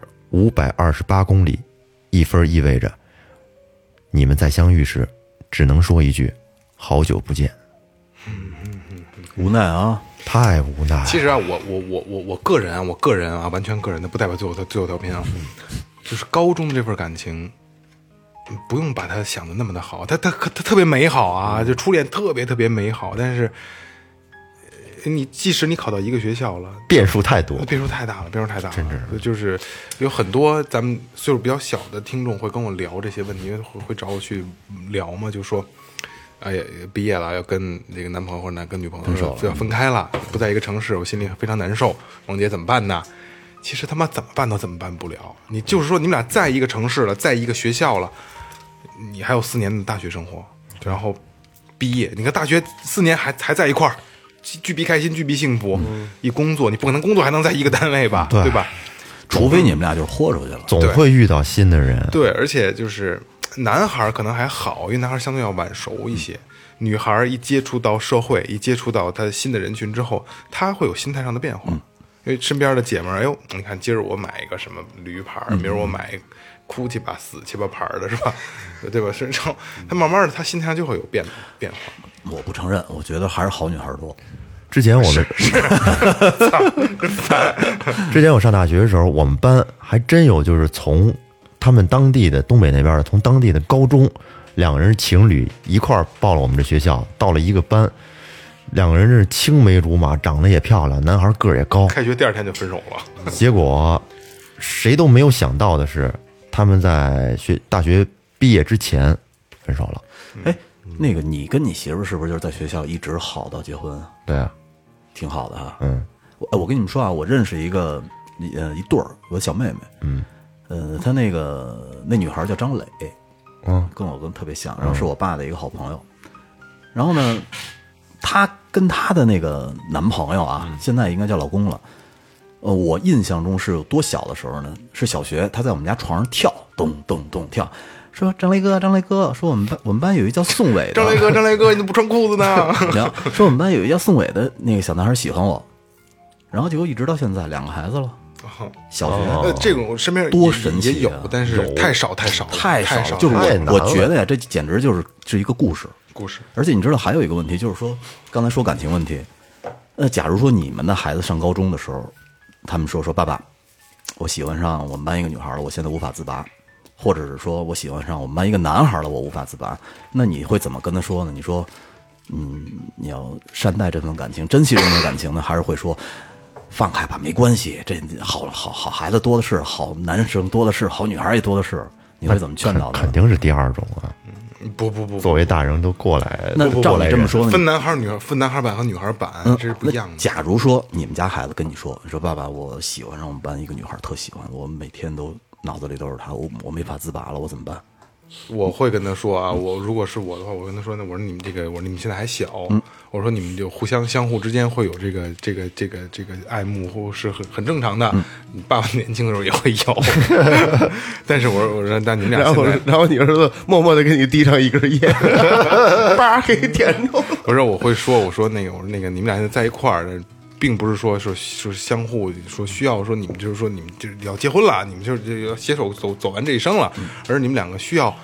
528公里，1分意味着你们在相遇时只能说一句好久不见。 无奈啊， 太无奈了。 其实啊，我个人啊，完全个人的，不代表最后调频啊。就是高中的这份感情，不用把它想的那么的好，它特别美好啊，就初恋特别美好，但是即使你考到一个学校了， 变数太多， 变数太大了，真是就是有很多咱们岁数比较小的听众会跟我聊这些问题，因为会找我去聊嘛，就说哎呀，毕业了要跟这个男朋友或者跟女朋友要分开了，不在一个城市，我心里非常难受。王姐怎么办呢？其实他妈怎么办都怎么办不了。你就是说你们俩在一个城市了，在一个学校了，你还有4年的大学生活，然后毕业，你看大学4年还在一块儿，巨逼开心，巨逼幸福。一工作，你不可能工作还能在一个单位吧？对吧？ 除非你们俩就是豁出去了， 总会遇到新的人。 对，而且就是男孩可能还好，因为男孩相对要晚熟一些。女孩一接触到社会，一接触到他新的人群之后，他会有心态上的变化。因为身边的姐们儿，哎呦，你看今儿我买一个什么驴牌，明儿我买哭七八死七八牌的是吧？对吧？然后他慢慢的，他心态上就会有变化。 我不承认，我觉得还是好女孩多。 之前我上大学的时候，我们班还真有就是从他们当地的东北那边的，从当地的高中，2个人情侣一块儿报了我们这学校，到了一个班，2个人是青梅竹马，长得也漂亮，男孩个儿也高。 开学第2天就分手了。 结果谁都没有想到的是，他们在大学毕业之前分手了。 哎，那个你跟你媳妇是不是就是在学校一直好到结婚啊？ 对啊， 挺好的哈。 我跟你们说啊，我认识一个一对儿，我小妹妹。她那女孩叫张磊，跟我特别像，然后是我爸的一个好朋友。然后呢，她跟她的那个男朋友啊，现在应该叫老公了。我印象中是有多小的时候呢？是小学，她在我们家床上跳，咚咚咚跳。说张雷哥，说我们班有一叫宋伟的。张雷哥，你怎么不穿裤子呢？ 然后说我们班有一叫宋伟的那个小男孩喜欢我，然后结果一直到现在2个孩子了。小学这种身边多神奇也有，但是太少， 就是我觉得呀，这简直是一个故事。而且你知道还有一个问题，就是说刚才说感情问题，假如说你们的孩子上高中的时候，他们说爸爸，我喜欢上我们班一个女孩了，我现在无法自拔。或者是说我喜欢上我们班一个男孩了，我无法自拔，那你会怎么跟他说呢？你说，你要善待这份感情，珍惜这份感情呢，还是会说，放开吧，没关系，这好孩子多的是，好男生多的是，好女孩也多的是，你会怎么劝导他？ 肯定是第2种啊！ 不， 作为大人都过来， 那照你这么说呢？ 分男孩版和女孩版这是不一样的。 假如说你们家孩子跟你说爸爸，我喜欢上我们班一个女孩，特喜欢，我每天都脑子里都是她，我没法自拔了，我怎么办？ 我会跟他说啊，我如果是我的话，我跟他说，那我说你们你们现在还小，我说你们就相互之间会有这个爱慕，或是很正常的。你爸爸年轻的时候也会有，但是我说，但你们俩现在， 然后你儿子默默的给你递上一根烟，叭给你点着。 我说那个你们俩现在在一块儿。并不是说相互说需要说你们就是说你们就是要结婚了，你们就是要携手走完这一生了，而你们2个需要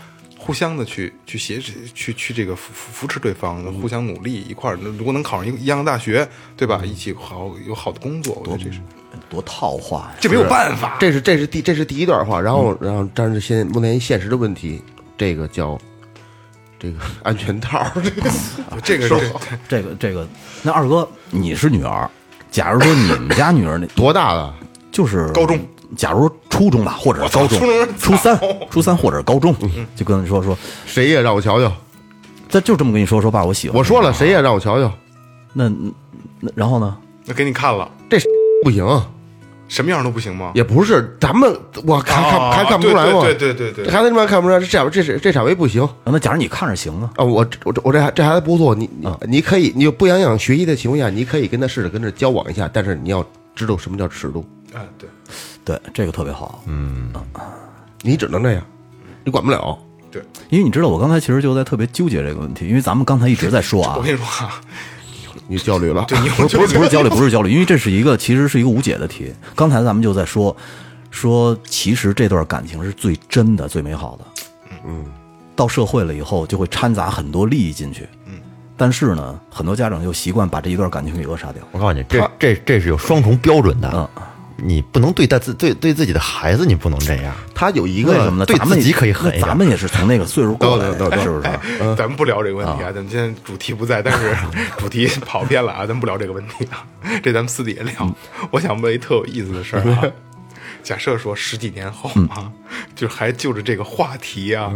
互相的去这个扶持对方，互相努力一块儿，如果能考上一样的大学，对吧？一起有好的工作，我觉得这是多套话呀！ 这没有办法。 这是第一段话，然后但是目前现实的问题，这个叫这个安全套， 这个， 那二哥你是女儿，假如说你们家女儿那多大了？ 就是高中， 假如初中吧，或者高中，初三或者高中，就跟你说， 谁也让我瞧瞧。 这就这么跟你说爸，我喜欢。 我说了，谁也让我瞧瞧。 那然后呢？ 那给你看了， 这不行， 什么样都不行吗？ 也不是，咱们我还看不出来吗？ 对， 这孩子他妈看不出来，这场位不行。 那假如你看着行啊？ 啊，我这孩子不错，你可以，你不影响学习的情况下，你可以跟他试着跟他交往一下，但是你要知道什么叫尺度。 对，这个特别好。 你只能这样，你管不了。 对， 因为你知道，我刚才其实就在特别纠结这个问题，因为咱们刚才一直在说啊， 我跟你说啊， 你焦虑了， 对，你不是焦虑，因为这是其实是一个无解的题。刚才咱们就在说，其实这段感情是最真的、最美好的。到社会了以后，就会掺杂很多利益进去。但是呢，很多家长就习惯把这一段感情给扼杀掉。 我告诉你，这是有双重标准的。你不能对自己的孩子，你不能这样。 他有一个为什么呢？ 对自己可以狠一点。 咱们也是从那个岁数过来的，是不是？ 咱们不聊这个问题啊，咱们今天主题不在，但是主题跑偏了啊，咱们不聊这个问题啊，这咱们私底下聊。我想问一特有意思的事儿啊，假设说10几年后啊，就还就着这个话题啊，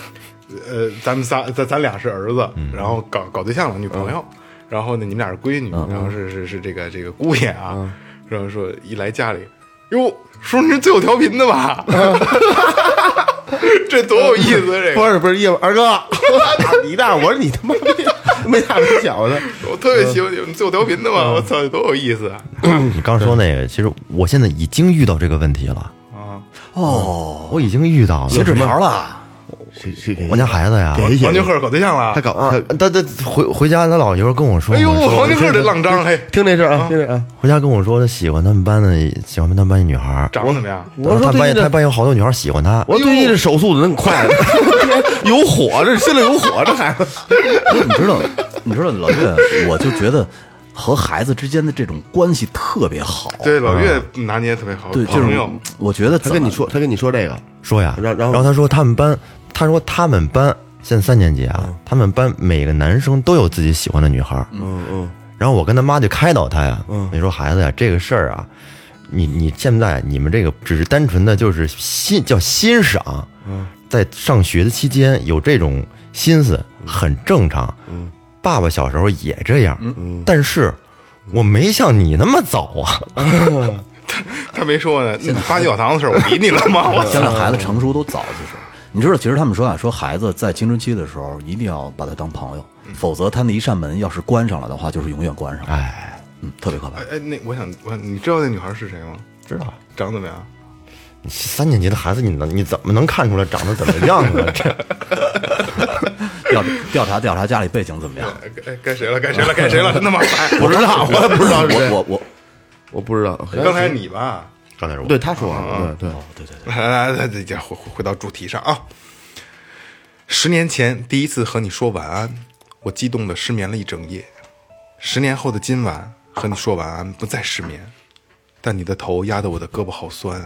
咱俩是儿子，然后搞对象了，女朋友，然后呢，你们俩是闺女，然后是这个姑爷啊。然后说一来家里，哟，叔你是最有调频的吧？这多有意思！这个不是，二哥，你大，我说你他妈没大没小的， 我特别喜欢你们最有调频的嘛！我操，多有意思啊！ 你刚说那个，其实我现在已经遇到这个问题了啊！ 我已经遇到了， 写纸条了。 我家孩子呀， 王金鹤搞对象了， 他回家，他老爷跟我说， 哎呦，王金鹤这浪张，嘿， 听这事啊，听这啊， 回家跟我说他喜欢他们班一女孩， 长得怎么样？ 我说他班有好多女孩喜欢他， 我最近这手速怎么快了？有火，这心里有火，这孩子。 你知道老岳，我就觉得和孩子之间的这种关系特别好。 对，老岳拿捏特别好， 对，就是我觉得他跟你说这个， 说呀， 然后他说他们班现在3年级啊，他们班每个男生都有自己喜欢的女孩。然后我跟他妈就开导他呀，你说孩子呀，这个事儿啊，你现在你们这个只是单纯的就是欣赏，在上学的期间有这种心思很正常。爸爸小时候也这样，但是我没像你那么早啊。 他没说呢，发教堂的事儿我理你了吗？ 现在孩子成熟都早，就是你知道，其实他们说啊，说孩子在青春期的时候一定要把他当朋友，否则他那一扇门要是关上了的话，就是永远关上。特别可怕。 那我想你知道那女孩是谁吗？ 知道， 长得怎么样 ？3年级的孩子，你怎么能看出来长得怎么样呢？这调查家里背景怎么样？ 该谁了？真他妈烦！ 不知道，我也不知道是谁。我不知道。 刚才你吧？ 刚才是我。 对，他说对。 来，回到主题上啊。10年前第一次和你说晚安，我激动的失眠了一整夜。10年后的今晚和你说晚安，不再失眠，但你的头压得我的胳膊好酸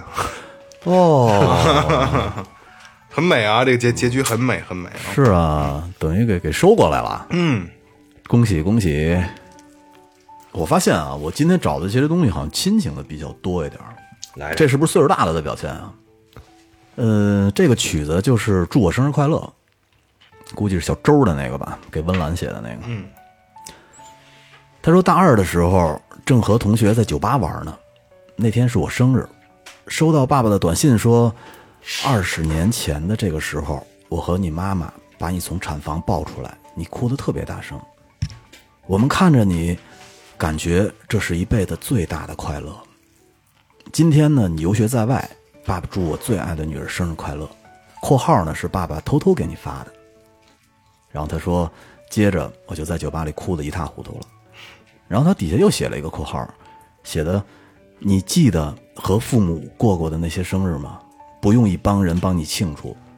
啊。很美啊，这个结局很美很美啊。 是啊，等于给收过来了。恭喜恭喜！我发现啊，我今天找的这些东西好像亲情的比较多一点。这是不是岁数大了的表现啊？这个曲子就是祝我生日快乐，估计是小周的那个吧，给温岚写的那个。他说大2的时候正和同学在酒吧玩呢，那天是我生日，收到爸爸的短信说20年前的这个时候，我和你妈妈把你从产房抱出来，你哭得特别大声，我们看着你，感觉这是一辈子最大的快乐。今天呢，你游学在外，爸爸祝我最爱的女儿生日快乐，括号呢是爸爸偷偷给你发的。然后他说，接着我就在酒吧里哭得一塌糊涂了。然后他底下又写了一个括号，写的你记得和父母过的那些生日吗？不用一帮人帮你庆祝，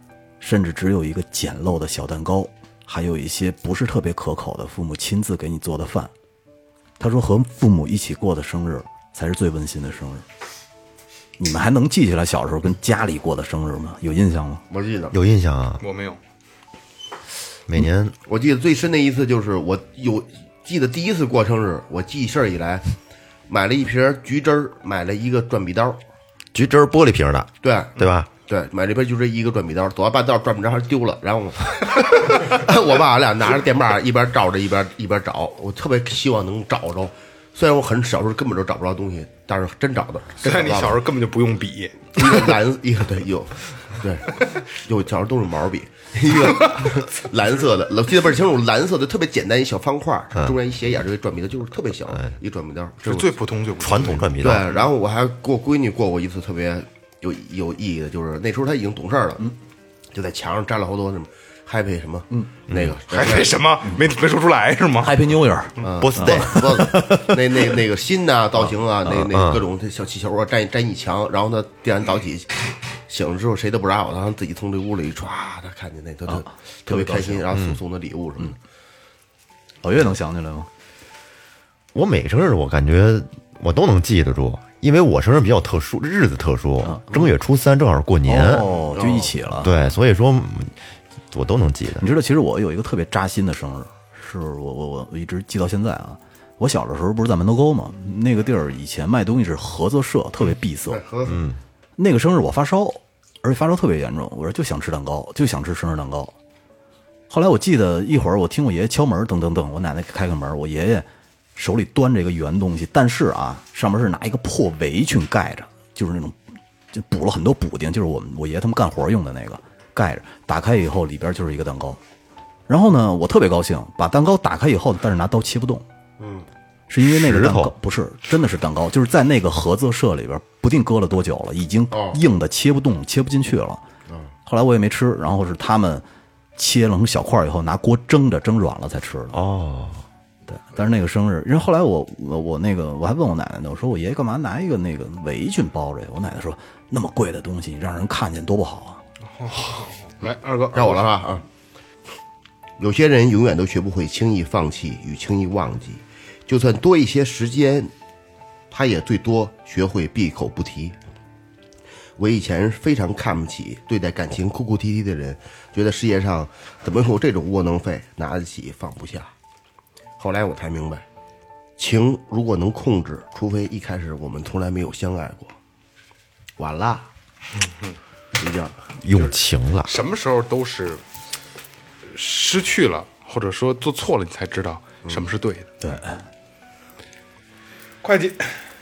甚至只有一个简陋的小蛋糕，还有一些不是特别可口的父母亲自给你做的饭。他说和父母一起过的生日才是最温馨的生日。你们还能记起来小时候跟家里过的生日吗？有印象吗？ 我记得有印象啊， 我没有。 每年我记得最深的一次就是记得第一次过生日，我记事儿以来，买了一瓶橘汁儿，买了一个转笔刀， 橘汁儿玻璃瓶的， 对对吧？ 对，买了一瓶就这一个转笔刀，走到半道转笔刀还丢了，然后我爸俺俩拿着电棒一边照着一边找，我特别希望能找着。虽然我很小时候根本就找不着东西，但是真找到。 现在你小时候根本就不用笔， 一个蓝一个对有小时候都是毛笔，一个蓝色的，我记得倍儿清楚，蓝色的特别简单一小方块，中间一斜眼，这个转笔刀就是特别小一转笔刀， 是最普通传统转笔对。 刀。 然后我还给我闺女过过一次特别有意义的，就是那时候她已经懂事了，就在墙上粘了好多什么 happy 什么，那个还为什么没说出来是吗？ Happy New Year， 波斯队， 那个心呐、造型啊，那各种小气球啊，粘一墙，然后呢，第二天早起醒了之后，谁都不让我，然后自己从这屋里唰，他看见那他特别开心，然后送的礼物什么的。 老岳能想起来吗？ 我每个生日我感觉我都能记得住，因为我生日比较特殊，日子特殊，正月初3正好是过年， 哦，就一起了。 对，所以说我都能记得。 你知道，其实我有一个特别扎心的生日，是我一直记到现在啊。我小的时候不是在门头沟嘛，那个地儿以前卖东西是合作社，特别闭塞。那个生日我发烧，而且发烧特别严重，我说就想吃蛋糕，就想吃生日蛋糕。后来我记得一会儿我听我爷爷敲门，噔噔噔，我奶奶开个门，我爷爷手里端着一个圆东西，但是啊，上面是拿一个破围裙盖着，就是那种就补了很多补丁，就是我爷爷他们干活用的那个盖着。打开以后里边就是一个蛋糕，然后呢，我特别高兴，把蛋糕打开以后，但是拿刀切不动。是因为那个蛋糕不是真的是蛋糕，就是在那个合作社里边不定搁了多久了，已经硬的切不动，切不进去了。后来我也没吃，然后是他们切了成小块以后拿锅蒸着，蒸软了才吃的。 哦， 对，但是那个生日，因为后来我那个我还问我奶奶呢，我说我爷爷干嘛拿一个那个围裙包着呀？我奶奶说那么贵的东西让人看见多不好啊。 来，二哥该我了吧啊！有些人永远都学不会轻易放弃与轻易忘记，就算多一些时间，他也最多学会闭口不提。我以前非常看不起对待感情哭哭啼啼的人，觉得世界上怎么有这种窝囊废，拿得起放不下。后来我才明白，情如果能控制，除非一开始我们从来没有相爱过。晚了，睡觉。 用情了。 什么时候都是失去了，或者说做错了，你才知道什么是对的。 对， 会计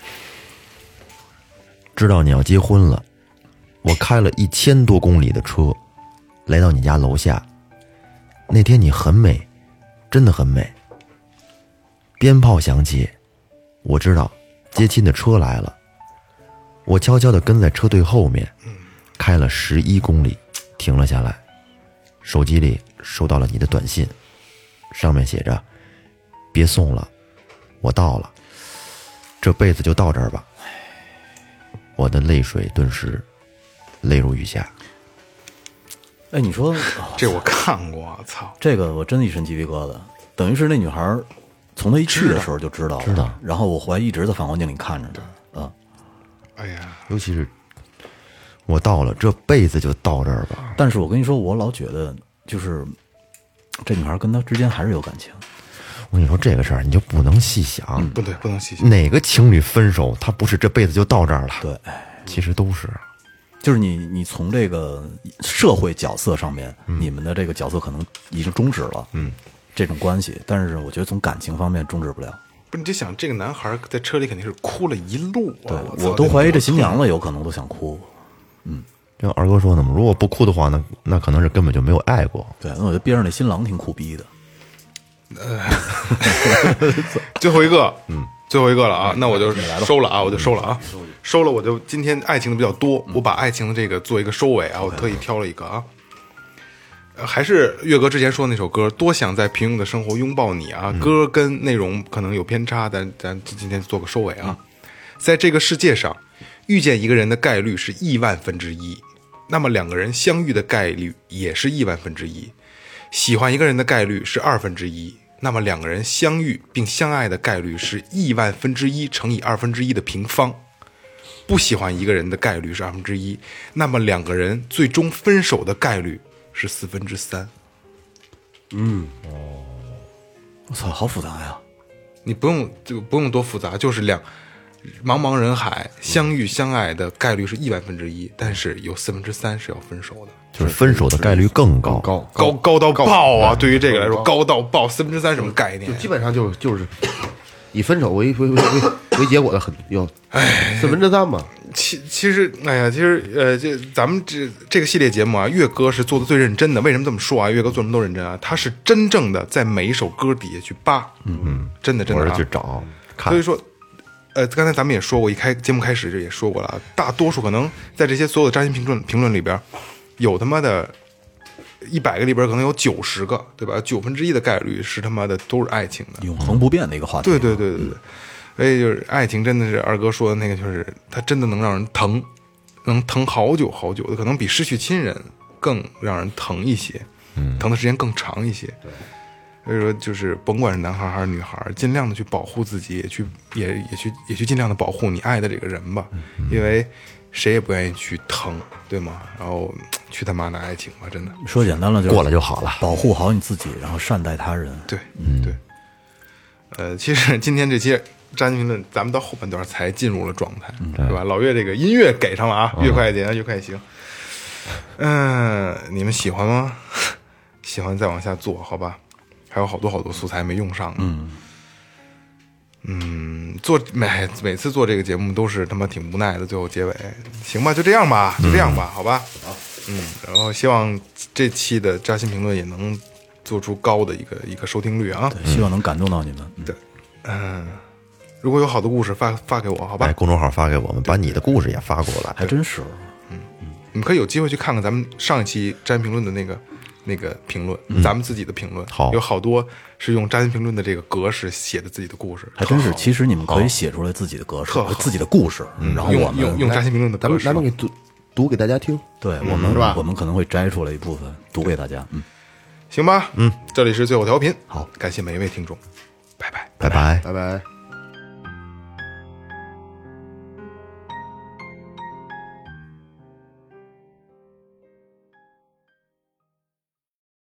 知道你要结婚了，我开了1000多公里的车，来到你家楼下。那天你很美，真的很美。鞭炮响起，我知道接亲的车来了。我悄悄地跟在车队后面，开了11公里，停了下来。手机里收到了你的短信，上面写着：别送了，我到了，这辈子就到这儿吧。我的泪水顿时泪如雨下。 哎，你说这我看过，操！ 这个我真的一身鸡皮疙瘩，等于是那女孩从她一去的时候就知道了， 知道然后我回来一直在反光镜里看着她，啊， 哎呀， 尤其是我到了，这辈子就到这儿吧。 但是我跟你说，我老觉得就是这女孩跟他之间还是有感情。 我跟你说这个事儿，你就不能细想， 不对，不能细想。 哪个情侣分手，他不是这辈子就到这儿了？ 对， 其实都是。 就是你从这个社会角色上面，你们的这个角色可能已经终止了，这种关系，但是我觉得从感情方面终止不了。 不是，你就想这个男孩在车里肯定是哭了一路啊！ 对，我都怀疑这新娘子有可能都想哭。 就像二哥说的嘛，如果不哭的话，那可能是根本就没有爱过。 对，那我觉得边上那新郎挺苦逼的。 最后一个，最后一个了啊，那我就收了啊，我就收了啊，收了，我就今天爱情的比较多，我把爱情的这个做一个收尾啊，我特意挑了一个啊，还是岳哥之前说的那首歌，多想在平庸的生活拥抱你啊，歌跟内容可能有偏差，但咱今天做个收尾啊，在这个世界上，遇见一个人的概率是1000000分之一， 那么两个人相遇的概率也是1000000分之一；喜欢一个人的概率是1/2，那么两个人相遇并相爱的概率是1000000分之一乘以1/2的平方。不喜欢一个人的概率是1/2，那么两个人最终分手的概率是3/4。 我操，好复杂呀！ 你不用多复杂，就是茫茫人海相遇相爱的概率是10000分之一，但是有3/4是要分手的， 就是分手的概率更高。 高到爆啊！对于这个来说，高到爆，3/3什么概念？ 基本上就是以分手为结果的很有3/3嘛。 其实，这咱们这个系列节目啊，岳哥是做的最认真的。为什么这么说啊？岳哥做什么都认真啊，他是真正的在每一首歌底下去扒，真的或者啊， 去找看。 所以说，刚才咱们也说过，节目开始就也说过了，大多数可能在这些所有的扎心评论里边，有他妈的100个里边可能有90个，对吧？1/9的概率是他妈的都是爱情的， 永恒不变的一个话题。 对。所以就是爱情真的是二哥说的那个，就是它真的能让人疼，能疼好久好久的，可能比失去亲人更让人疼一些，疼的时间更长一些。所以说，就是甭管是男孩还是女孩，尽量的去保护自己，也去尽量的保护你爱的这个人吧，因为谁也不愿意去疼，对吗？然后去他妈的爱情吧，真的。 说简单了，就是过了就好了。 保护好你自己，然后善待他人。 对，对。其实今天这期扎心评论，咱们到后半段才进入了状态，对吧？老岳这个音乐给上了啊，越快点，越快行。你们喜欢吗？喜欢再往下做，好吧？还有好多素材没用上呢。每次做这个节目都是他妈挺无奈的，最后结尾，行吧，就这样吧，好吧。然后希望这期的扎心评论也能做出高的一个收听率啊， 对，希望能感动到你们。 对，如果有好的故事发给我，好吧？ 公众号发给我们，把你的故事也发过来。 还真是。 你们可以有机会去看看咱们上一期扎心评论的那个评论，咱们自己的评论， 好， 有好多是用扎心评论的这个格式写的自己的故事， 还真是。其实你们可以写出来自己的格式、自己的故事，然后我们用扎心评论的格式， 咱们给读给大家听。 对，我们可能会摘出来一部分读给大家。 行吧，这里是最后调频，好，感谢每一位听众，拜拜。 拜拜。